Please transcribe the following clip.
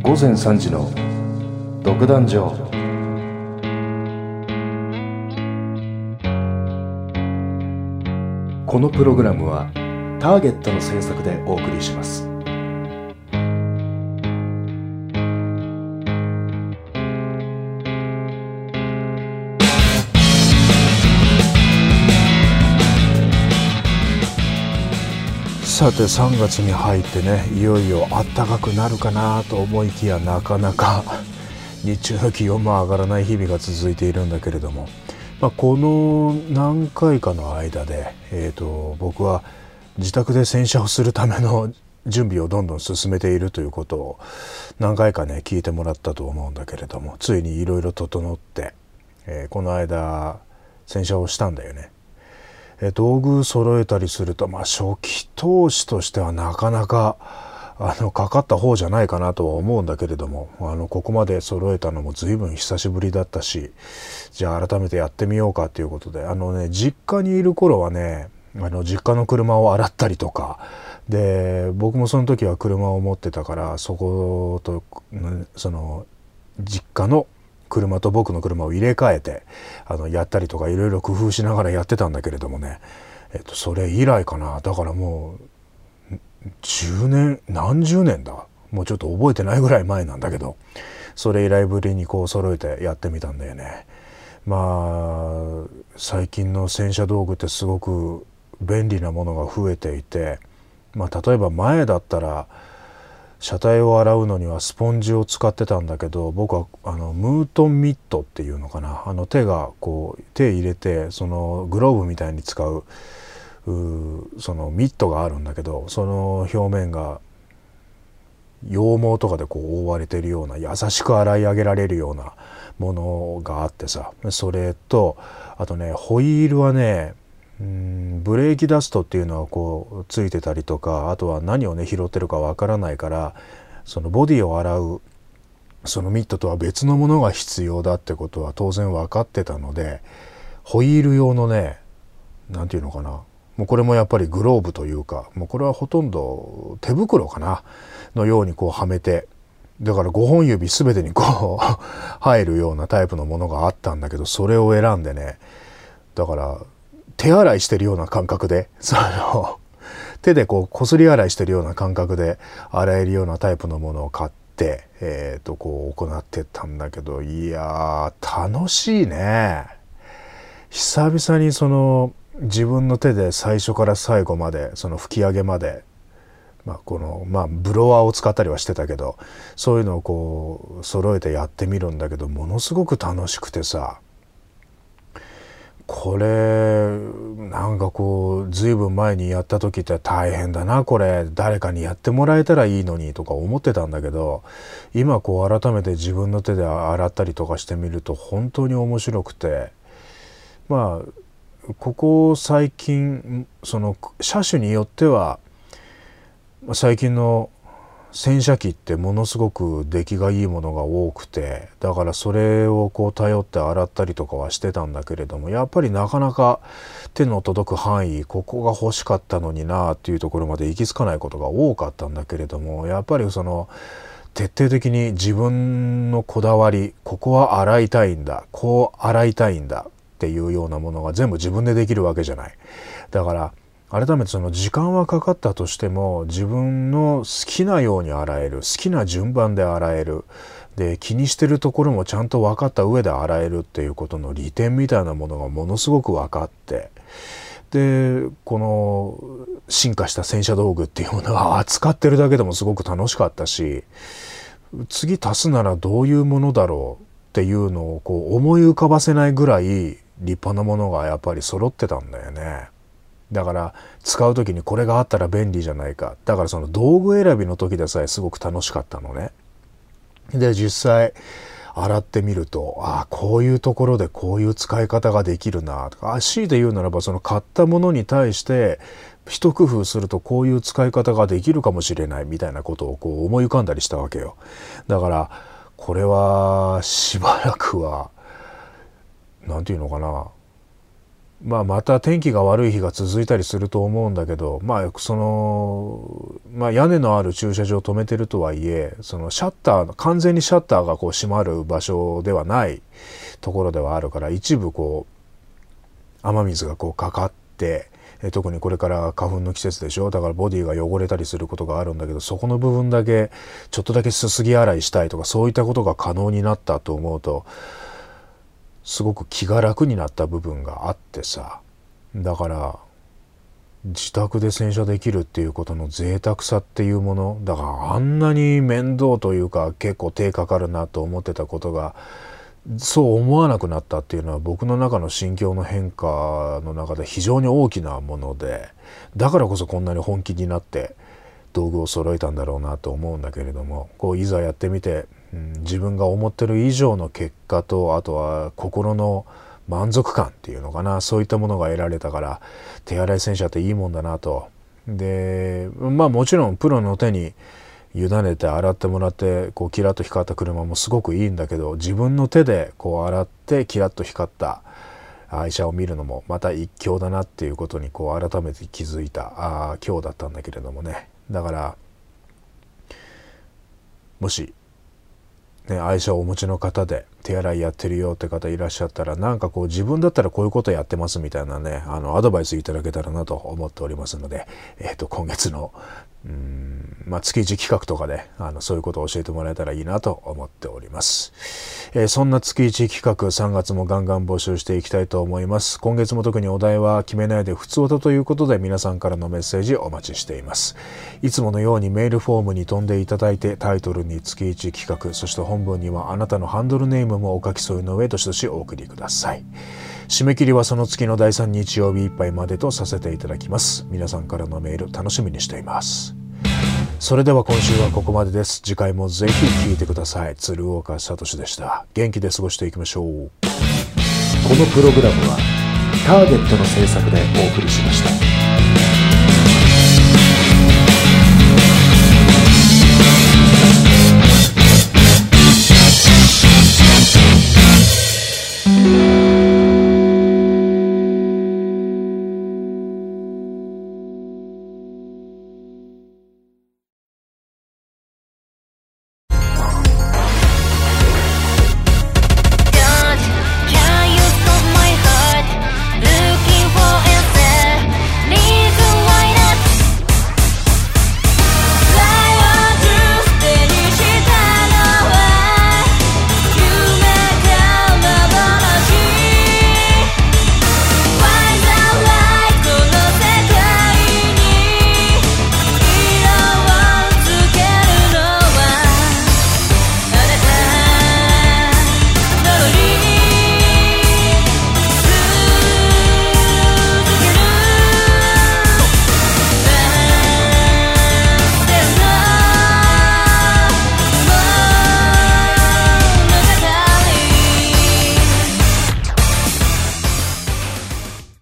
午前3時の独壇場。このプログラムはターゲットの制作でお送りします。さて3月に入ってね、いよいよ暖かくなるかなと思いきや、なかなか日中の気温も上がらない日々が続いているんだけれども、この何回かの間で、僕は自宅で洗車をするための準備をどんどん進めているということを何回かね聞いてもらったと思うんだけれども、ついにいろいろ整って、この間洗車をしたんだよね。道具揃えたりすると、初期投資としてはなかなかかかった方じゃないかなとは思うんだけれども、ここまで揃えたのも随分久しぶりだったし、じゃあ改めてやってみようかということで、実家にいる頃はね、実家の車を洗ったりとかで、僕もその時は車を持ってたから、そことその実家の車と僕の車を入れ替えてやったりとか、いろいろ工夫しながらやってたんだけれどもね、それ以来かな。だからもう10年何十年だ、もうちょっと覚えてないぐらい前なんだけど、それ以来ぶりにこう揃えてやってみたんだよね。最近の洗車道具ってすごく便利なものが増えていて、例えば前だったら車体を洗うのにはスポンジを使ってたんだけど、僕はムートンミットっていうのかな、手がこう手入れて、そのグローブみたいに使うそのミットがあるんだけど、その表面が羊毛とかでこう覆われているような、優しく洗い上げられるようなものがあってさ、それとあとね、ホイールはね、ブレーキダストっていうのはこうついてたりとか、あとは何をね拾ってるかわからないから、そのボディを洗うそのミットとは別のものが必要だってことは当然分かってたので、ホイール用のね、なんていうのかな、もうこれもやっぱりグローブというか、もうこれはほとんど手袋かなのようにこうはめて、だから5本指全てにこう入るようなタイプのものがあったんだけど、それを選んでね、だから手洗いしてるような感覚で、手でこうこすり洗いしてるような感覚で洗えるようなタイプのものを買って、こう行ってったんだけど、いやー楽しいね。久々にその自分の手で最初から最後まで、その吹き上げまで、このブロワーを使ったりはしてたけど、そういうのをこう揃えてやってみるんだけど、ものすごく楽しくてさ、これなんかこう随分前にやった時って大変だな、これ誰かにやってもらえたらいいのにとか思ってたんだけど、今こう改めて自分の手で洗ったりとかしてみると本当に面白くて、ここ最近その車種によっては、最近の洗車機ってものすごく出来がいいものが多くて、だからそれをこう頼って洗ったりとかはしてたんだけれども、やっぱりなかなか手の届く範囲、ここが欲しかったのになっていうところまで行き着かないことが多かったんだけれども、やっぱりその徹底的に自分のこだわり、ここは洗いたいんだ、こう洗いたいんだっていうようなものが全部自分でできるわけじゃない。だから改めてその時間はかかったとしても、自分の好きなように洗える、好きな順番で洗える、で気にしてるところもちゃんと分かった上で洗えるっていうことの利点みたいなものがものすごく分かって、でこの進化した洗車道具っていうものは扱ってるだけでもすごく楽しかったし、次足すならどういうものだろうっていうのをこう思い浮かばせないぐらい立派なものがやっぱり揃ってたんだよね。だから使う時にこれがあったら便利じゃないか。だからその道具選びの時でさえすごく楽しかったのね。で実際洗ってみると、こういうところでこういう使い方ができるなとか、強いて言うならばその買ったものに対して一工夫するとこういう使い方ができるかもしれないみたいなことをこう思い浮かんだりしたわけよ。だからこれはしばらくはなんていうのかな、 また天気が悪い日が続いたりすると思うんだけど、屋根のある駐車場を止めてるとはいえ、そのシャッター、完全にシャッターがこう閉まる場所ではないところではあるから、一部こう雨水がこうかかって、特にこれから花粉の季節でしょ。だからボディが汚れたりすることがあるんだけど、そこの部分だけちょっとだけすすぎ洗いしたいとか、そういったことが可能になったと思うと、すごく気が楽になった部分があってさ。だから自宅で洗車できるっていうことの贅沢さっていうものだから、あんなに面倒というか結構手かかるなと思ってたことがそう思わなくなったっていうのは、僕の中の心境の変化の中で非常に大きなもので、だからこそこんなに本気になって道具を揃えたんだろうなと思うんだけれども、こういざやってみて、自分が思ってる以上の結果と、あとは心の満足感っていうのかな、そういったものが得られたから、手洗い洗車っていいもんだなと。でもちろんプロの手に委ねて洗ってもらって、こうキラッと光った車もすごくいいんだけど、自分の手でこう洗ってキラッと光った愛車を見るのもまた一興だなっていうことにこう改めて気づいた今日だったんだけれどもね。だからもし愛車をお持ちの方で手洗いやってるよって方いらっしゃったら、なんかこう自分だったらこういうことやってますみたいなね、アドバイスいただけたらなと思っておりますので、今月の月1企画とかでそういうことを教えてもらえたらいいなと思っております。そんな月1企画3月もガンガン募集していきたいと思います。今月も特にお題は決めないで普通歌ということで、皆さんからのメッセージお待ちしています。いつものようにメールフォームに飛んでいただいて、タイトルに月1企画、そして本文にはあなたのハンドルネームもお書き添えの上、どしどしお送りください。締め切りはその月の第3日曜日いっぱいまでとさせていただきます。皆さんからのメール楽しみにしています。それでは今週はここまでです。次回もぜひ聴いてください。鶴岡聡でした。元気で過ごしていきましょう。 このプログラムはターゲットの制作でお送りしました。